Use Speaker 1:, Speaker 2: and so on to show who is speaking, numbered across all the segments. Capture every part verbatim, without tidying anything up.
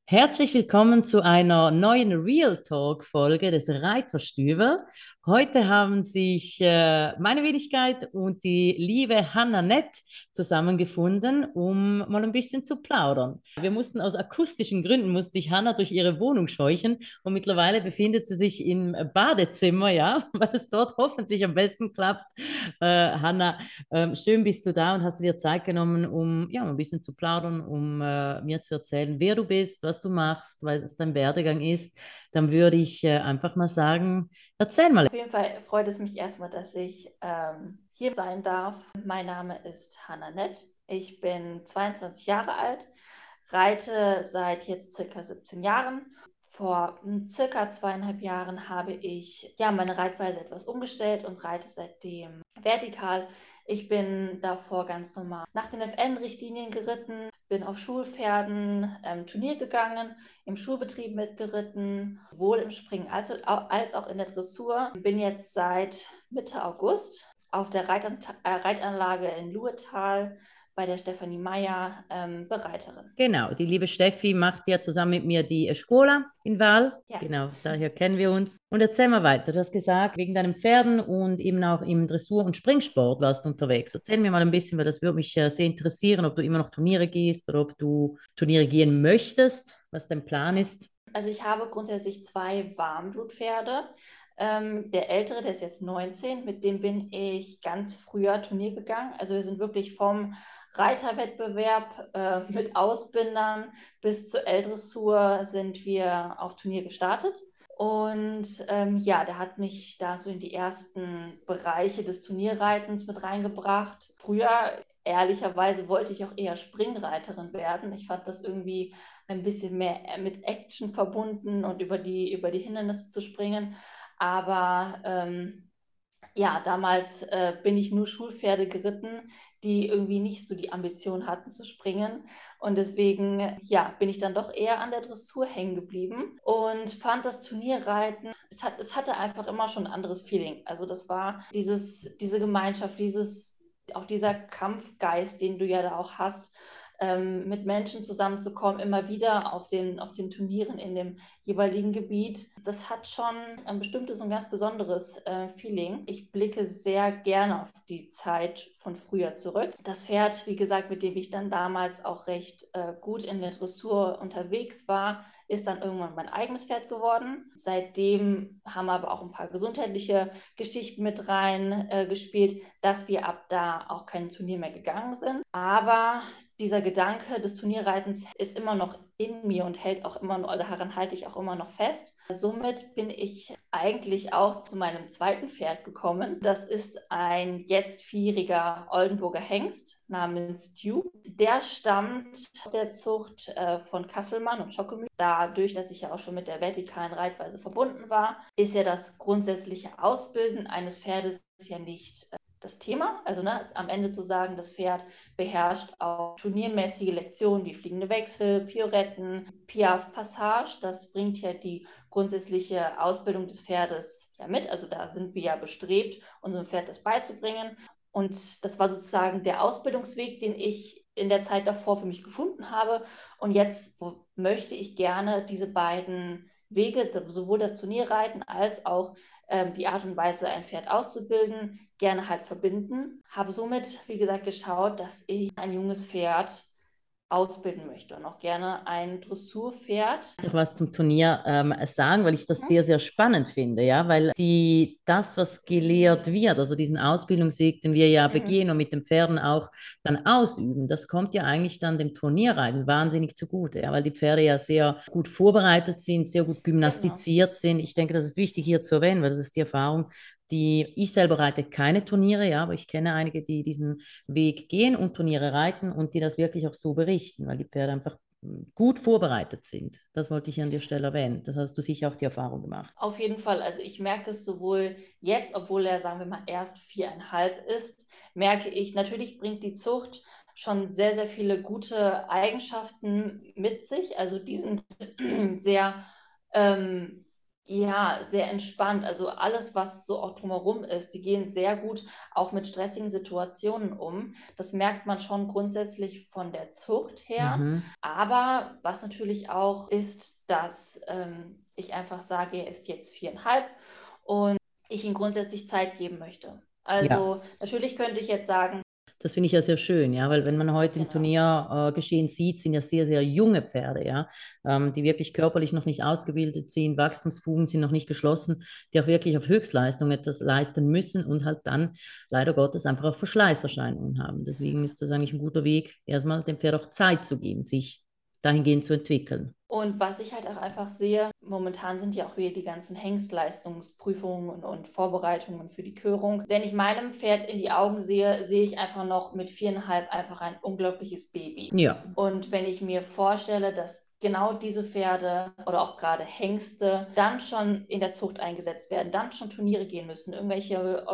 Speaker 1: Herzlich willkommen zu einer neuen Real Talk Folge des Reiterstüber. Heute haben sich äh, meine Wenigkeit und die liebe Hannah Nett zusammengefunden, um mal ein bisschen zu plaudern. Wir mussten aus akustischen Gründen, musste sich Hannah durch ihre Wohnung scheuchen und mittlerweile befindet sie sich im Badezimmer, ja, weil es dort hoffentlich am besten klappt. Äh, Hannah, ähm, schön bist du da und hast du dir Zeit genommen, um ja, ein bisschen zu plaudern, um äh, mir zu erzählen, wer du bist, was du machst, weil es dein Werdegang ist. Dann würde ich äh, einfach mal sagen, erzähl mal.
Speaker 2: Auf jeden Fall freut es mich erstmal, dass ich ähm, hier sein darf. Mein Name ist Hannah Nett. Ich bin zweiundzwanzig Jahre alt, reite seit jetzt circa siebzehn Jahren. Vor hm, circa zweieinhalb Jahren habe ich ja meine Reitweise etwas umgestellt und reite seitdem vertikal. Ich bin davor ganz normal nach den F N-Richtlinien geritten, bin auf Schulpferden ähm, Turnier gegangen, im Schulbetrieb mitgeritten, sowohl im Springen als, als auch in der Dressur. Bin jetzt seit Mitte August auf der Reitan äh, Reitanlage in Luetal bei der Stefanie Meyer ähm, Bereiterin.
Speaker 1: Genau, die liebe Steffi macht ja zusammen mit mir die Escola in Wahl.
Speaker 2: Ja.
Speaker 1: Genau, daher kennen wir uns. Und erzähl mal weiter. Du hast gesagt, wegen deinen Pferden und eben auch im Dressur- und Springsport warst du unterwegs. Erzähl mir mal ein bisschen, weil das würde mich äh, sehr interessieren, ob du immer noch Turniere gehst oder ob du Turniere gehen möchtest, was dein Plan ist.
Speaker 2: Also ich habe grundsätzlich zwei Warmblutpferde. Ähm, der ältere, der ist jetzt neunzehn, mit dem bin ich ganz früher Turnier gegangen. Also wir sind wirklich vom Reiterwettbewerb äh, mit Ausbindern bis zur L-Dressur sind wir auf Turnier gestartet. Und ähm, ja, der hat mich da so in die ersten Bereiche des Turnierreitens mit reingebracht. Früher, ehrlicherweise, wollte ich auch eher Springreiterin werden. Ich fand das irgendwie ein bisschen mehr äh, mit Action verbunden und über die, über die Hindernisse zu springen. Aber ähm, ja, damals äh, bin ich nur Schulpferde geritten, die irgendwie nicht so die Ambition hatten zu springen. Und deswegen, ja, bin ich dann doch eher an der Dressur hängen geblieben und fand das Turnierreiten, es hat, es hatte einfach immer schon ein anderes Feeling. Also das war dieses, diese Gemeinschaft, dieses, auch dieser Kampfgeist, den du ja da auch hast, ähm, mit Menschen zusammenzukommen, immer wieder auf den, auf den Turnieren in dem jeweiligen Gebiet. Das hat schon ein bestimmtes und ganz besonderes äh, Feeling. Ich blicke sehr gerne auf die Zeit von früher zurück. Das Pferd, wie gesagt, mit dem ich dann damals auch recht äh, gut in der Dressur unterwegs war, ist dann irgendwann mein eigenes Pferd geworden. Seitdem haben aber auch ein paar gesundheitliche Geschichten mit rein äh, gespielt, dass wir ab da auch kein Turnier mehr gegangen sind. Aber dieser Gedanke des Turnierreitens ist immer noch in mir und hält auch immer noch, oder daran halte ich auch immer noch fest. Somit bin ich eigentlich auch zu meinem zweiten Pferd gekommen. Das ist ein jetzt vierjähriger Oldenburger Hengst namens Duke. Der stammt aus der Zucht äh, von Kasselmann und Schockemühle. Dadurch, dass ich ja auch schon mit der vertikalen Reitweise verbunden war, ist ja das grundsätzliche Ausbilden eines Pferdes ja nicht äh, das Thema. Also ne, am Ende zu sagen, das Pferd beherrscht auch turniermäßige Lektionen wie fliegende Wechsel, Pirouetten, Piaffe Passage. Das bringt ja die grundsätzliche Ausbildung des Pferdes ja mit. Also da sind wir ja bestrebt, unserem Pferd das beizubringen. Und das war sozusagen der Ausbildungsweg, den ich in der Zeit davor für mich gefunden habe. Und jetzt wo, möchte ich gerne diese beiden Wege, sowohl das Turnierreiten als auch ähm, die Art und Weise, ein Pferd auszubilden, gerne halt verbinden. Habe somit, wie gesagt, geschaut, dass ich ein junges Pferd ausbilden möchte und auch gerne ein Dressurpferd.
Speaker 1: Noch was zum Turnier ähm, sagen, weil ich das
Speaker 2: Mhm.
Speaker 1: sehr, sehr spannend finde, ja, weil die, das, was gelehrt wird, also diesen Ausbildungsweg, den wir ja
Speaker 2: Mhm.
Speaker 1: begehen und mit den Pferden auch dann ausüben, das kommt ja eigentlich dann dem Turnierreiten wahnsinnig zugute, ja, weil die Pferde ja sehr gut vorbereitet sind, sehr gut
Speaker 2: Genau.
Speaker 1: gymnastiziert sind. Ich denke, das ist wichtig hier zu erwähnen, weil das ist die Erfahrung, die ich selber reite keine Turniere, ja, aber ich kenne einige, die diesen Weg gehen und Turniere reiten und die das wirklich auch so berichten, weil die Pferde einfach gut vorbereitet sind. Das wollte ich an der Stelle erwähnen. Das hast du sicher auch die Erfahrung gemacht.
Speaker 2: Auf jeden Fall, also ich merke es sowohl jetzt, obwohl er, sagen wir mal, erst viereinhalb ist, merke ich, natürlich bringt die Zucht schon sehr, sehr viele gute Eigenschaften mit sich. Also die sind sehr ähm, Ja, sehr entspannt. Also alles, was so auch drumherum ist, die gehen sehr gut auch mit stressigen Situationen um. Das merkt man schon grundsätzlich von der Zucht her.
Speaker 1: Mhm.
Speaker 2: Aber was natürlich auch ist, dass ähm, ich einfach sage, er ist jetzt viereinhalb und ich ihm grundsätzlich Zeit geben möchte.
Speaker 1: Ja.
Speaker 2: Also natürlich könnte ich jetzt sagen,
Speaker 1: Das finde ich ja sehr schön, ja, weil wenn man heute im
Speaker 2: genau.
Speaker 1: Turniergeschehen äh, Geschehen sieht, sind ja sehr, sehr junge Pferde, ja, ähm, die wirklich körperlich noch nicht ausgebildet sind, Wachstumsfugen sind noch nicht geschlossen, die auch wirklich auf Höchstleistung etwas leisten müssen und halt dann leider Gottes einfach auch Verschleißerscheinungen haben. Deswegen ist das eigentlich ein guter Weg, erstmal dem Pferd auch Zeit zu geben, sich dahingehend zu entwickeln.
Speaker 2: Und was ich halt auch einfach sehe, momentan sind ja auch wieder die ganzen Hengstleistungsprüfungen und, und Vorbereitungen für die Körung. Wenn ich meinem Pferd in die Augen sehe, sehe ich einfach noch mit viereinhalb einfach ein unglaubliches Baby.
Speaker 1: Ja.
Speaker 2: Und wenn ich mir vorstelle, dass genau diese Pferde oder auch gerade Hengste dann schon in der Zucht eingesetzt werden, dann schon Turniere gehen müssen, irgendwelche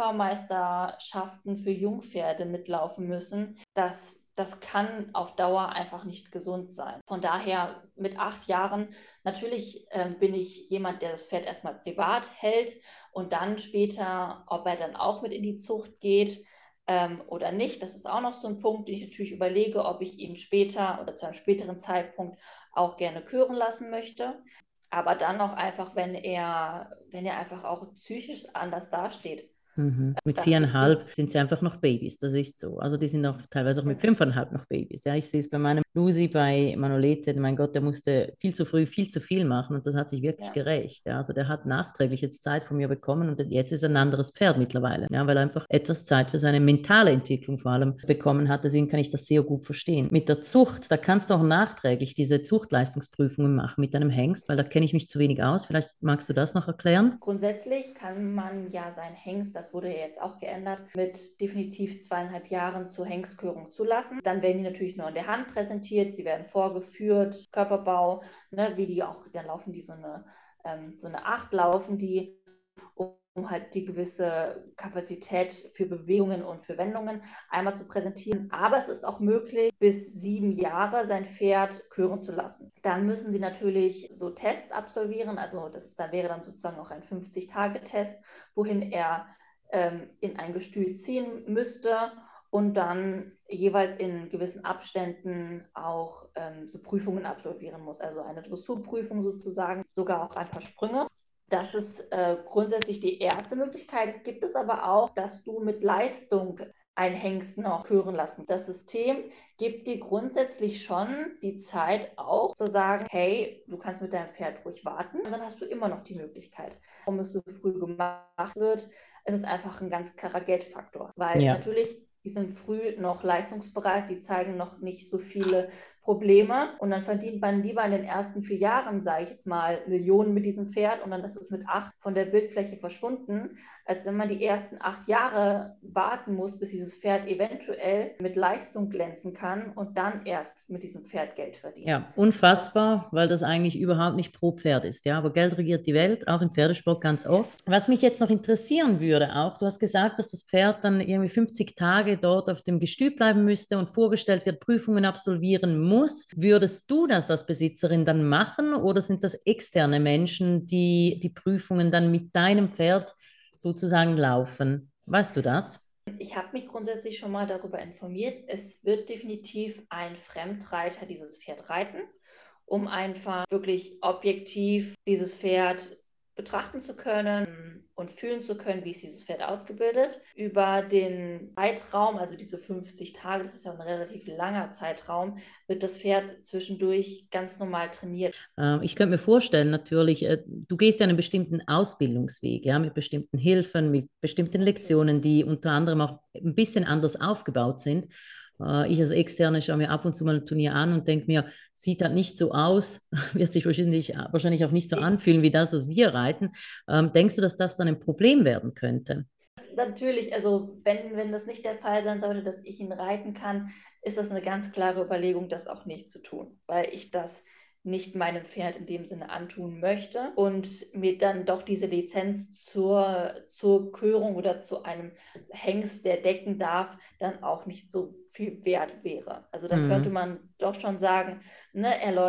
Speaker 2: Europameisterschaften für Jungpferde mitlaufen müssen, das das kann auf Dauer einfach nicht gesund sein. Von daher mit acht Jahren, natürlich ähm, bin ich jemand, der das Pferd erstmal privat hält und dann später, ob er dann auch mit in die Zucht geht ähm, oder nicht, das ist auch noch so ein Punkt, den ich natürlich überlege, ob ich ihn später oder zu einem späteren Zeitpunkt auch gerne kören lassen möchte. Aber dann auch einfach, wenn er, wenn er einfach auch psychisch anders dasteht.
Speaker 1: Mhm. Mit
Speaker 2: Das ist wirklich,
Speaker 1: viereinhalb sind sie einfach noch Babys, das ist so. Also die sind auch teilweise auch mit fünfeinhalb noch Babys. Ja, ich sehe es bei meinem Lucy, bei Manolete, mein Gott, der musste viel zu früh viel zu viel machen und das hat sich wirklich
Speaker 2: ja.
Speaker 1: gerecht. Ja, also der hat nachträglich jetzt Zeit von mir bekommen und jetzt ist er ein anderes Pferd mittlerweile. Ja, weil er einfach etwas Zeit für seine mentale Entwicklung vor allem bekommen hat. Deswegen kann ich das sehr gut verstehen. Mit der Zucht, da kannst du auch nachträglich diese Zuchtleistungsprüfungen machen mit deinem Hengst, weil da kenne ich mich zu wenig aus. Vielleicht magst du das noch erklären?
Speaker 2: Grundsätzlich kann man ja sein Hengst, das wurde ja jetzt auch geändert, mit definitiv zweieinhalb Jahren zur Hengstkörung zulassen. Dann werden die natürlich nur in der Hand präsentiert, sie werden vorgeführt, Körperbau, ne, wie die auch, dann laufen die so eine, ähm, so eine Acht, laufen die, um um halt die gewisse Kapazität für Bewegungen und für Wendungen einmal zu präsentieren. Aber es ist auch möglich, bis sieben Jahre sein Pferd kören zu lassen. Dann müssen sie natürlich so Tests absolvieren. Also das ist, dann wäre dann sozusagen auch ein fünfzig-Tage-Test, wohin er ähm, in ein Gestühl ziehen müsste und dann jeweils in gewissen Abständen auch ähm, so Prüfungen absolvieren muss. Also eine Dressurprüfung sozusagen, sogar auch ein paar Sprünge. Das ist äh, grundsätzlich die erste Möglichkeit. Es gibt es aber auch, dass du mit Leistung einen Hengst noch kören lassen. Das System gibt dir grundsätzlich schon die Zeit auch zu sagen, hey, du kannst mit deinem Pferd ruhig warten. Und dann hast du immer noch die Möglichkeit. Warum es so früh gemacht wird, es ist einfach ein ganz klarer Geldfaktor. Weil
Speaker 1: Ja.
Speaker 2: natürlich, die sind früh noch leistungsbereit, sie zeigen noch nicht so viele Probleme und dann verdient man lieber in den ersten vier Jahren, sage ich jetzt mal, Millionen mit diesem Pferd und dann ist es mit acht von der Bildfläche verschwunden, als wenn man die ersten acht Jahre warten muss, bis dieses Pferd eventuell mit Leistung glänzen kann und dann erst mit diesem Pferd Geld verdient.
Speaker 1: Ja,
Speaker 2: Das
Speaker 1: unfassbar, weil das eigentlich überhaupt nicht pro Pferd ist. Ja, aber Geld regiert die Welt, auch im Pferdesport ganz oft. Was mich jetzt noch interessieren würde, auch, du hast gesagt, dass das Pferd dann irgendwie fünfzig Tage dort auf dem Gestüt bleiben müsste und vorgestellt wird, Prüfungen absolvieren muss. Würdest du das als Besitzerin dann machen oder sind das externe Menschen, die die Prüfungen dann mit deinem Pferd sozusagen laufen? Weißt du das?
Speaker 2: Ich habe mich grundsätzlich schon mal darüber informiert. Es wird definitiv ein Fremdreiter dieses Pferd reiten, um einfach wirklich objektiv dieses Pferd betrachten zu können und fühlen zu können, wie ist dieses Pferd ausgebildet. Über den Zeitraum, also diese fünfzig Tage, das ist ja ein relativ langer Zeitraum, wird das Pferd zwischendurch ganz normal trainiert.
Speaker 1: Ähm, ich könnte mir vorstellen, natürlich, äh, du gehst ja einen bestimmten Ausbildungsweg, ja, mit bestimmten Hilfen, mit bestimmten
Speaker 2: Natürlich.
Speaker 1: Lektionen, die unter anderem auch ein bisschen anders aufgebaut sind. Äh, ich als Externe schaue mir ab und zu mal ein Turnier an und denke mir, sieht halt nicht so aus, wird sich wahrscheinlich, wahrscheinlich auch nicht so
Speaker 2: Ich
Speaker 1: anfühlen wie das, was wir reiten. Ähm, denkst du, dass das dann ein Problem werden könnte?
Speaker 2: Natürlich, also wenn, wenn das nicht der Fall sein sollte, dass ich ihn reiten kann, ist das eine ganz klare Überlegung, das auch nicht zu tun, weil ich das nicht meinem Pferd in dem Sinne antun möchte und mir dann doch diese Lizenz zur, zur Körung oder zu einem Hengst, der decken darf, dann auch nicht so viel wert wäre. Also dann könnte
Speaker 1: Mhm.
Speaker 2: man doch schon sagen, ne, er läuft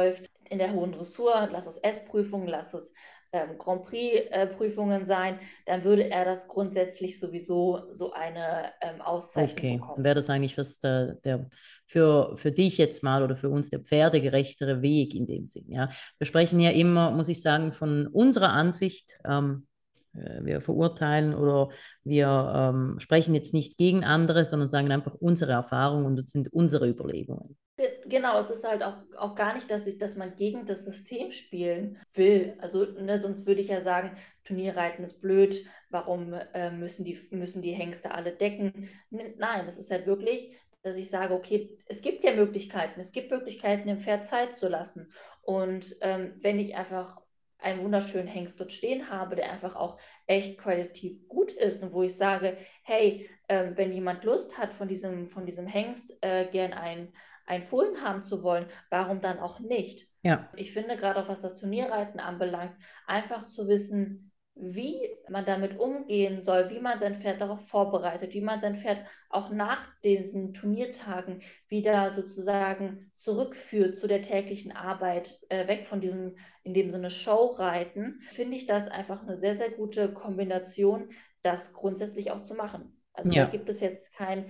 Speaker 2: in der hohen Dressur, lass es S-Prüfungen, lass es ähm, Grand Prix-Prüfungen äh, sein, dann würde er das grundsätzlich sowieso so eine ähm, Auszeichnung
Speaker 1: Okay, dann
Speaker 2: bekommen.
Speaker 1: wäre das eigentlich was der, der für, für dich jetzt mal oder für uns der pferdegerechtere Weg in dem Sinn, ja. Wir sprechen ja immer, muss ich sagen, von unserer Ansicht. Ähm, äh, wir verurteilen oder wir ähm, sprechen jetzt nicht gegen andere, sondern sagen einfach unsere Erfahrungen und das sind unsere Überlegungen.
Speaker 2: Ge- Genau, es ist halt auch, auch gar nicht, dass ich, dass man gegen das System spielen will. Also, ne, sonst würde ich ja sagen, Turnierreiten ist blöd, warum äh, müssen die, müssen die Hengste alle decken? N Nein, es ist halt wirklich, dass ich sage, okay, es gibt ja Möglichkeiten, es gibt Möglichkeiten, dem Pferd Zeit zu lassen. Und ähm, wenn ich einfach einen wunderschönen Hengst dort stehen habe, der einfach auch echt qualitativ gut ist und wo ich sage, hey, ähm, wenn jemand Lust hat, von diesem, von diesem Hengst äh, gern ein ein Fohlen haben zu wollen, warum dann auch nicht?
Speaker 1: Ja,
Speaker 2: Ich finde gerade auch, was das Turnierreiten anbelangt, einfach zu wissen, wie man damit umgehen soll, wie man sein Pferd darauf vorbereitet, wie man sein Pferd auch nach diesen Turniertagen wieder sozusagen zurückführt zu der täglichen Arbeit, äh, weg von diesem, in dem Sinne Showreiten, finde ich das einfach eine sehr, sehr gute Kombination, das grundsätzlich auch zu machen. Also da
Speaker 1: ja,
Speaker 2: gibt es jetzt kein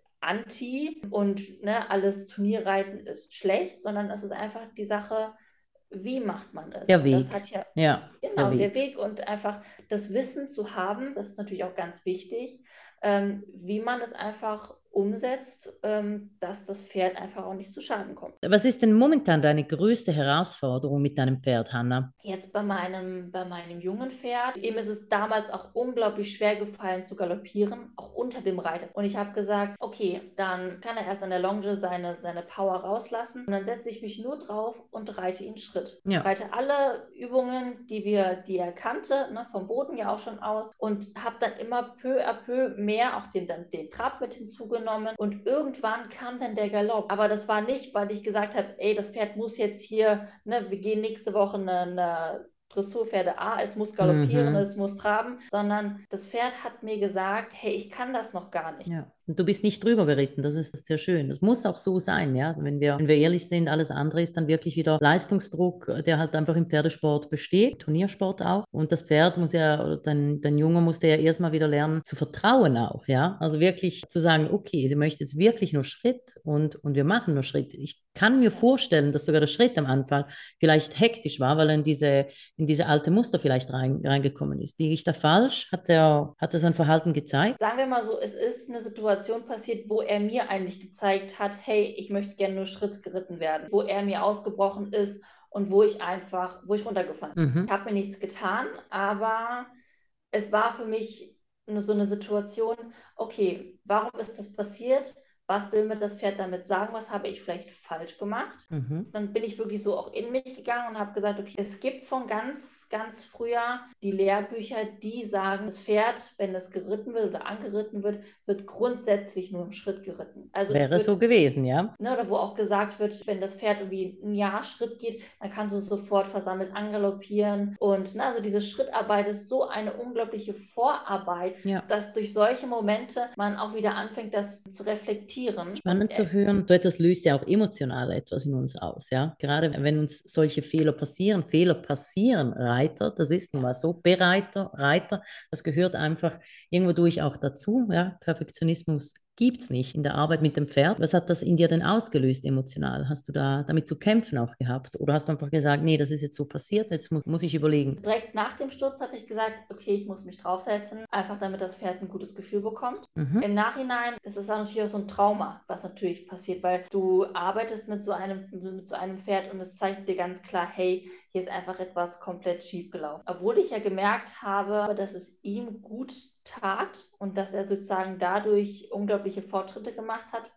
Speaker 2: Anti und ne, alles Turnierreiten ist schlecht, sondern es ist einfach die Sache, wie macht man es?
Speaker 1: der
Speaker 2: Und das
Speaker 1: Weg.
Speaker 2: hat ja
Speaker 1: Ja, der
Speaker 2: genau der
Speaker 1: Weg.
Speaker 2: Weg und einfach das Wissen zu haben, das ist natürlich auch ganz wichtig, ähm, wie man es einfach umsetzt, ähm, dass das Pferd einfach auch nicht zu Schaden kommt.
Speaker 1: Was ist denn momentan deine größte Herausforderung mit deinem Pferd, Hanna?
Speaker 2: Jetzt bei meinem, bei meinem jungen Pferd, ihm ist es damals auch unglaublich schwer gefallen zu galoppieren, auch unter dem Reiter. Und ich habe gesagt, okay, dann kann er erst an der Longe seine, seine Power rauslassen und dann setze ich mich nur drauf und reite ihn Schritt.
Speaker 1: Ja,
Speaker 2: Reite alle Übungen, die wir, die er kannte, ne, vom Boden ja auch schon aus und habe dann immer peu à peu mehr auch den, dann den Trab mit hinzugenommen und irgendwann kam dann der Galopp. Aber das war nicht, weil ich gesagt habe, ey, das Pferd muss jetzt hier, ne, wir gehen nächste Woche eine, eine Dressurpferde A, es muss galoppieren,
Speaker 1: mhm.
Speaker 2: es muss traben, sondern das Pferd hat mir gesagt, hey, ich kann das noch gar nicht.
Speaker 1: Ja, und du bist nicht drüber geritten, das ist sehr schön. Das muss auch so sein, ja. Also wenn wir, wenn wir ehrlich sind, alles andere ist dann wirklich wieder Leistungsdruck, der halt einfach im Pferdesport besteht, Turniersport auch. Und das Pferd muss ja, oder dein, dein Junge musste ja erstmal wieder lernen zu vertrauen auch, ja. Also wirklich zu sagen, okay, sie möchte jetzt wirklich nur Schritt und, und wir machen nur Schritt. Ich kann mir vorstellen, dass sogar der Schritt am Anfang vielleicht hektisch war, weil er in diese, in diese alte Muster vielleicht rein, reingekommen ist. Liege ich da falsch? Hat er, hat er sein Verhalten gezeigt?
Speaker 2: Sagen wir mal so, es ist eine Situation passiert, wo er mir eigentlich gezeigt hat, hey, ich möchte gerne nur Schritt geritten werden, wo er mir ausgebrochen ist und wo ich einfach, wo ich runtergefallen bin.
Speaker 1: Mhm.
Speaker 2: Ich habe mir nichts getan, aber es war für mich eine, so eine Situation, okay, warum ist das passiert? Was will mir das Pferd damit sagen? Was habe ich vielleicht falsch gemacht?
Speaker 1: Mhm.
Speaker 2: Dann bin ich wirklich so auch in mich gegangen und habe gesagt, okay, es gibt von ganz, ganz früher die Lehrbücher, die sagen, das Pferd, wenn es geritten wird oder angeritten wird, wird grundsätzlich nur im Schritt geritten. Also es
Speaker 1: Wäre
Speaker 2: wird,
Speaker 1: so gewesen, ja.
Speaker 2: ne, oder wo auch gesagt wird, wenn das Pferd irgendwie ein Jahr Schritt geht, dann kannst du sofort versammelt angaloppieren. Und ne, also diese Schrittarbeit ist so eine unglaubliche Vorarbeit,
Speaker 1: Ja.
Speaker 2: dass durch solche Momente man auch wieder anfängt, das zu reflektieren. Und
Speaker 1: Spannend
Speaker 2: äh,
Speaker 1: zu hören. So etwas löst ja auch emotional etwas in uns aus, ja. Gerade wenn uns solche Fehler passieren, Fehler passieren, Reiter, das ist nun
Speaker 2: ja.
Speaker 1: mal so, Bereiter, Reiter, das gehört einfach irgendwo durch auch dazu, ja. Perfektionismus gibt es nicht in der Arbeit mit dem Pferd. Was hat das in dir denn ausgelöst emotional? Hast du da damit zu kämpfen auch gehabt? Oder hast du einfach gesagt, nee, das ist jetzt so passiert, jetzt muss, muss ich überlegen?
Speaker 2: Direkt nach dem Sturz habe ich gesagt, okay, ich muss mich draufsetzen, einfach damit das Pferd ein gutes Gefühl bekommt.
Speaker 1: Mhm.
Speaker 2: Im Nachhinein ist es dann natürlich auch so ein Trauma, was natürlich passiert, weil du arbeitest mit so einem, mit so einem Pferd und es zeigt dir ganz klar, hey, hier ist einfach etwas komplett schief gelaufen. Obwohl ich ja gemerkt habe, dass es ihm gut tat und dass er sozusagen dadurch unglaubliche Fortschritte gemacht hat,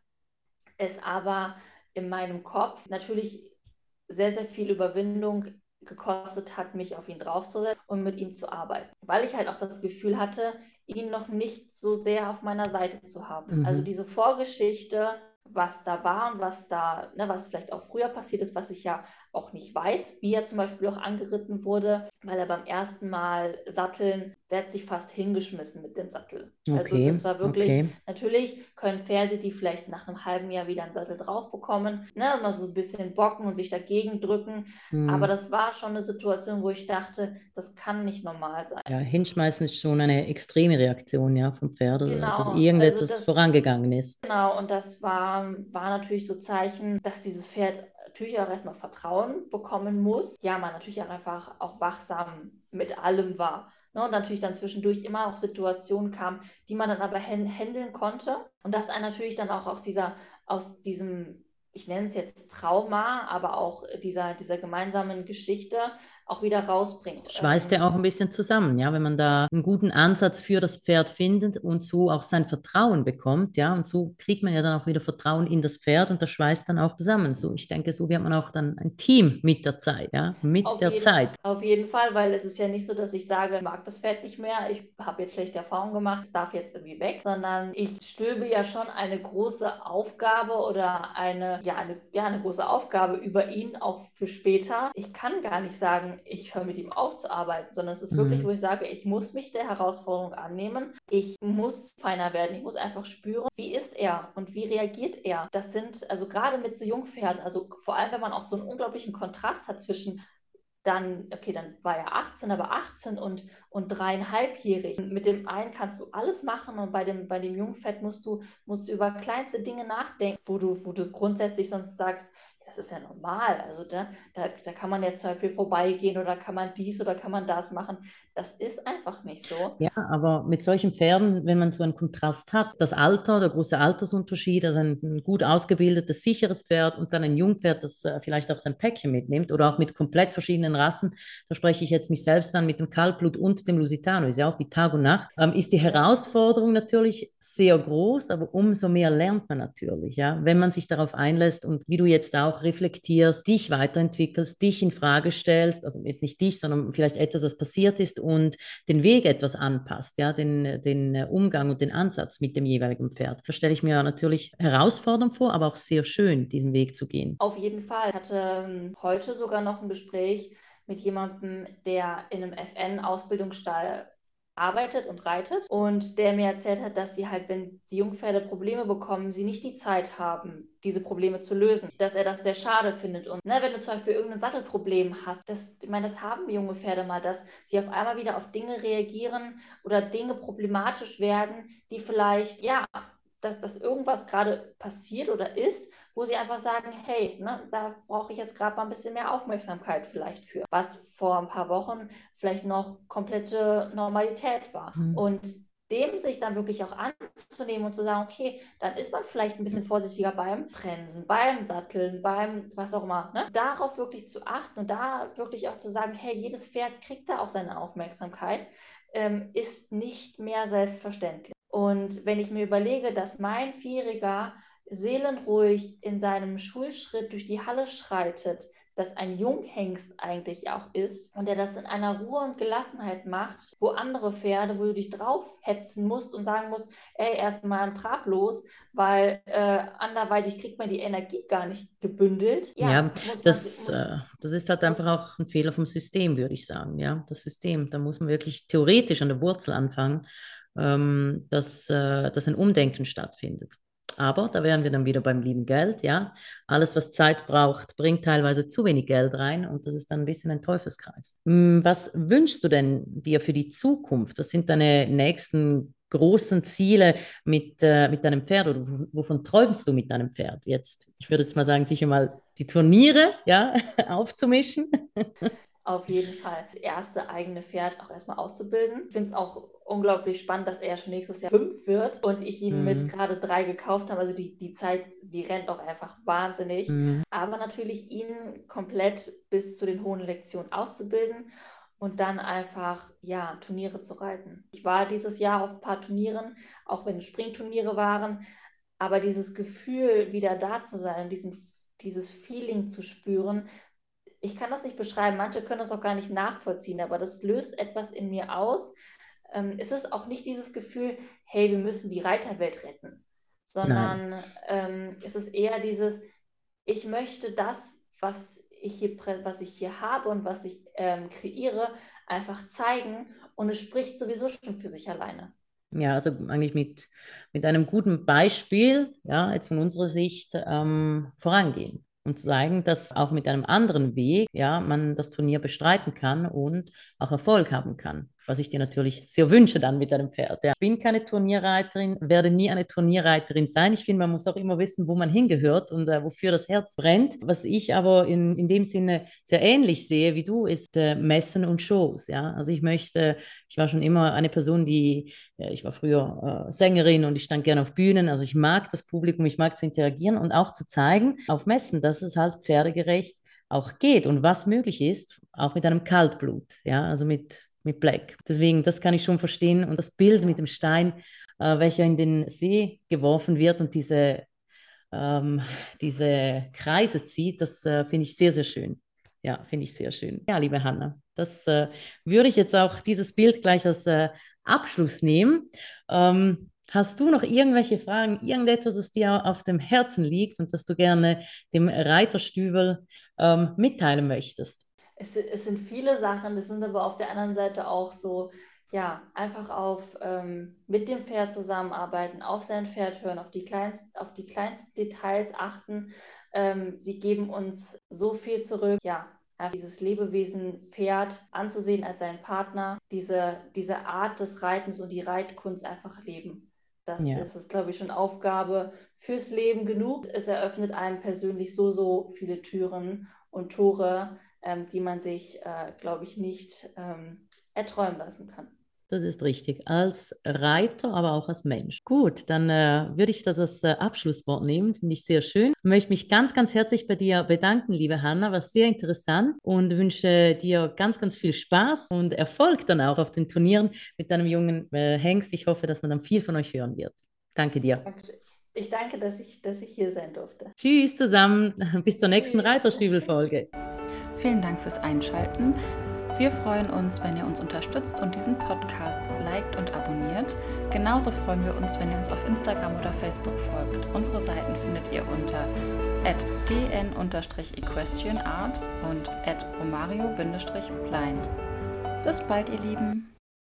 Speaker 2: es aber in meinem Kopf natürlich sehr, sehr viel Überwindung gekostet hat, mich auf ihn draufzusetzen und mit ihm zu arbeiten. Weil ich halt auch das Gefühl hatte, ihn noch nicht so sehr auf meiner Seite zu haben. Also
Speaker 1: Mhm.
Speaker 2: diese Vorgeschichte was da war und was da, ne, was vielleicht auch früher passiert ist, was ich ja auch nicht weiß, wie er zum Beispiel auch angeritten wurde, weil er beim ersten Mal satteln, der hat sich fast hingeschmissen mit dem Sattel. Also das
Speaker 1: Okay,
Speaker 2: war wirklich,
Speaker 1: okay.
Speaker 2: natürlich können Pferde, die vielleicht nach einem halben Jahr wieder einen Sattel drauf bekommen, ne, mal so ein bisschen bocken und sich dagegen drücken, aber
Speaker 1: Hm.
Speaker 2: das war schon eine Situation, wo ich dachte, das kann nicht normal sein.
Speaker 1: Ja, hinschmeißen ist schon eine extreme Reaktion, ja, vom Pferd, also, dass
Speaker 2: Genau, also
Speaker 1: irgendetwas
Speaker 2: das,
Speaker 1: vorangegangen ist.
Speaker 2: genau, und das war, war natürlich so Zeichen, dass dieses Pferd natürlich auch erstmal Vertrauen bekommen muss. Ja, man natürlich auch einfach auch wachsam mit allem war. Ne? Und natürlich dann zwischendurch immer auch Situationen kamen, die man dann aber handeln konnte. Und das einen natürlich dann auch aus dieser, aus diesem, ich nenne es jetzt Trauma, aber auch dieser, dieser gemeinsamen Geschichte auch wieder rausbringt.
Speaker 1: Schweißt ja
Speaker 2: Ähm,
Speaker 1: auch ein bisschen zusammen, ja, wenn man da einen guten Ansatz für das Pferd findet und so auch sein Vertrauen bekommt, ja, und so kriegt man ja dann auch wieder Vertrauen in das Pferd und das schweißt dann auch zusammen. So, ich denke, so wird man auch dann ein Team mit der Zeit, ja, mit
Speaker 2: Auf
Speaker 1: der
Speaker 2: jeden,
Speaker 1: Zeit.
Speaker 2: auf jeden Fall, weil es ist ja nicht so, dass ich sage, ich mag das Pferd nicht mehr, ich habe jetzt schlechte Erfahrungen gemacht, es darf jetzt irgendwie weg, sondern ich stülpe ja schon eine große Aufgabe oder eine, ja, eine, ja, eine große Aufgabe über ihn auch für später. Ich kann gar nicht sagen, ich höre mit ihm auf zu arbeiten, sondern es ist wirklich, wo
Speaker 1: Mhm.
Speaker 2: ich sage, ich muss mich der Herausforderung annehmen, ich muss feiner werden, ich muss einfach spüren, wie ist er und wie reagiert er. Das sind, also gerade mit so Jungpferden, also vor allem, wenn man auch so einen unglaublichen Kontrast hat zwischen dann, okay, dann war er achtzehn, aber achtzehn und, und dreieinhalbjährig. Mit dem einen kannst du alles machen und bei dem, bei dem Jungpferd musst du, musst du über kleinste Dinge nachdenken, wo du, wo du grundsätzlich sonst sagst, das ist ja normal. Also da, da, da kann man jetzt zum Beispiel vorbeigehen oder kann man dies oder kann man das machen. Das ist einfach nicht so.
Speaker 1: Ja, aber mit solchen Pferden, wenn man so einen Kontrast hat, das Alter, der große Altersunterschied, also ein, ein gut ausgebildetes, sicheres Pferd und dann ein Jungpferd, das äh, vielleicht auch sein Päckchen mitnimmt oder auch mit komplett verschiedenen Rassen, da spreche ich jetzt mich selbst an mit dem Kaltblut und dem Lusitano, ist ja auch wie Tag und Nacht, ähm, ist die
Speaker 2: Ja.
Speaker 1: Herausforderung natürlich sehr groß, aber umso mehr lernt man natürlich, ja, wenn man sich darauf einlässt und wie du jetzt auch reflektierst, dich weiterentwickelst, dich in Frage stellst, also jetzt nicht dich, sondern vielleicht etwas, was passiert ist und den Weg etwas anpasst, ja, den, den Umgang und den Ansatz mit dem jeweiligen Pferd. Da stelle ich mir natürlich herausfordernd vor, aber auch sehr schön, diesen Weg zu gehen.
Speaker 2: Auf jeden Fall. Ich hatte ähm, heute sogar noch ein Gespräch mit jemandem, der in einem F N-Ausbildungsstall arbeitet und reitet und der mir erzählt hat, dass sie halt, wenn die Jungpferde Probleme bekommen, sie nicht die Zeit haben, diese Probleme zu lösen, dass er das sehr schade findet. Und ne, wenn du zum Beispiel irgendein Sattelproblem hast, das, ich meine, das haben junge Pferde mal, dass sie auf einmal wieder auf Dinge reagieren oder Dinge problematisch werden, die vielleicht, ja, dass, dass irgendwas gerade passiert oder ist, wo sie einfach sagen, hey, ne, da brauche ich jetzt gerade mal ein bisschen mehr Aufmerksamkeit vielleicht für, was vor ein paar Wochen vielleicht noch komplette Normalität war.
Speaker 1: Mhm.
Speaker 2: Und dem sich dann wirklich auch anzunehmen und zu sagen, okay, dann ist man vielleicht ein bisschen vorsichtiger beim Bremsen, beim Satteln, beim was auch immer. Ne? Darauf wirklich zu achten und da wirklich auch zu sagen, hey, jedes Pferd kriegt da auch seine Aufmerksamkeit, ähm, ist nicht mehr selbstverständlich. Und wenn ich mir überlege, dass mein Vierjähriger seelenruhig in seinem Schulschritt durch die Halle schreitet, dass ein Junghengst eigentlich auch ist und der das in einer Ruhe und Gelassenheit macht, wo andere Pferde, wo du dich drauf hetzen musst und sagen musst, ey, erstmal am Trab los, weil äh, anderweitig kriegt man die Energie gar nicht gebündelt. Ja,
Speaker 1: Ja,
Speaker 2: muss man,
Speaker 1: das,
Speaker 2: muss,
Speaker 1: äh, das ist halt einfach
Speaker 2: muss,
Speaker 1: auch ein Fehler vom System, würde ich sagen. Ja, das System, da muss man wirklich theoretisch an der Wurzel anfangen, ähm, dass, äh, dass ein Umdenken stattfindet. Aber da wären wir dann wieder beim lieben Geld, ja. Alles, was Zeit braucht, bringt teilweise zu wenig Geld rein und das ist dann ein bisschen ein Teufelskreis. Hm, was wünschst du denn dir für die Zukunft? Was sind deine nächsten großen Ziele mit, äh, mit deinem Pferd oder wovon träumst du mit deinem Pferd jetzt? Ich würde jetzt mal sagen, sicher mal die Turniere, ja, aufzumischen.
Speaker 2: Auf jeden Fall. Das erste eigene Pferd auch erstmal auszubilden. Ich finde es auch unglaublich spannend, dass er schon nächstes Jahr fünf wird und ich ihn mit
Speaker 1: Hm,
Speaker 2: gerade drei gekauft habe. Also die, die Zeit, die rennt auch einfach wahnsinnig.
Speaker 1: hm,
Speaker 2: Aber natürlich ihn komplett bis zu den hohen Lektionen auszubilden und dann einfach, ja, Turniere zu reiten. Ich war dieses Jahr auf ein paar Turnieren, auch wenn es Springturniere waren, aber dieses Gefühl, wieder da zu sein und diesen, dieses Feeling zu spüren, ich kann das nicht beschreiben, manche können das auch gar nicht nachvollziehen, aber das löst etwas in mir aus. Ähm, es ist auch nicht dieses Gefühl, hey, wir müssen die Reiterwelt retten, sondern ähm, es ist eher dieses, ich möchte das, was ich hier, was ich hier habe und was ich ähm, kreiere, einfach zeigen und es spricht sowieso schon für sich alleine.
Speaker 1: Ja, also eigentlich mit, mit einem guten Beispiel, ja, jetzt von unserer Sicht ähm, vorangehen und zeigen, dass auch mit einem anderen Weg, ja, man das Turnier bestreiten kann und auch Erfolg haben kann. Was ich dir natürlich sehr wünsche dann mit deinem Pferd. Ja. Ich bin keine Turnierreiterin, werde nie eine Turnierreiterin sein. Ich finde, man muss auch immer wissen, wo man hingehört und äh, wofür das Herz brennt. Was ich aber in, in dem Sinne sehr ähnlich sehe wie du, ist äh, Messen und Shows. Ja? Also ich möchte, ich war schon immer eine Person, die, ja, ich war früher äh, Sängerin und ich stand gerne auf Bühnen. Also ich mag das Publikum, ich mag zu interagieren und auch zu zeigen auf Messen, dass es halt pferdegerecht auch geht und was möglich ist, auch mit einem Kaltblut, ja, also mit, mit Black. Deswegen, das kann ich schon verstehen. Und das Bild mit dem Stein, äh, welcher in den See geworfen wird und diese, ähm, diese Kreise zieht, das äh, finde ich sehr, sehr schön. Ja, finde ich sehr schön. Ja, liebe Hanna, das äh, würde ich jetzt auch dieses Bild gleich als äh, Abschluss nehmen. Ähm, Hast du noch irgendwelche Fragen, irgendetwas, das dir auf dem Herzen liegt und das du gerne dem Reiterstübel ähm, mitteilen möchtest?
Speaker 2: Es, es sind viele Sachen, es sind aber auf der anderen Seite auch so, ja, einfach auf ähm, mit dem Pferd zusammenarbeiten, auf sein Pferd hören, auf die kleinst, auf die kleinsten Details achten. Ähm, sie geben uns so viel zurück. Ja, einfach dieses Lebewesen Pferd anzusehen als seinen Partner, diese, diese Art des Reitens und die Reitkunst einfach leben. Das
Speaker 1: Ja.
Speaker 2: ist es, glaube ich, schon Aufgabe fürs Leben genug. Es eröffnet einem persönlich so, so viele Türen und Tore, ähm, die man sich, äh, glaube ich, nicht ähm, erträumen lassen kann.
Speaker 1: Das ist richtig. Als Reiter, aber auch als Mensch. Gut, dann äh, würde ich das als äh, Abschlusswort nehmen. Finde ich sehr schön. Ich möchte mich ganz, ganz herzlich bei dir bedanken, liebe Hanna. War sehr interessant und wünsche dir ganz, ganz viel Spaß und Erfolg dann auch auf den Turnieren mit deinem jungen äh, Hengst. Ich hoffe, dass man dann viel von euch hören wird. Danke dir.
Speaker 2: Ich danke, dass ich, dass ich hier sein durfte.
Speaker 1: Tschüss zusammen. Bis zur nächsten
Speaker 2: Tschüss.
Speaker 1: Reiterstübel-Folge.
Speaker 3: Vielen Dank fürs Einschalten. Wir freuen uns, wenn ihr uns unterstützt und diesen Podcast liked und abonniert. Genauso freuen wir uns, wenn ihr uns auf Instagram oder Facebook folgt. Unsere Seiten findet ihr unter at d n equestrian art und at romario blind. Bis bald, ihr Lieben!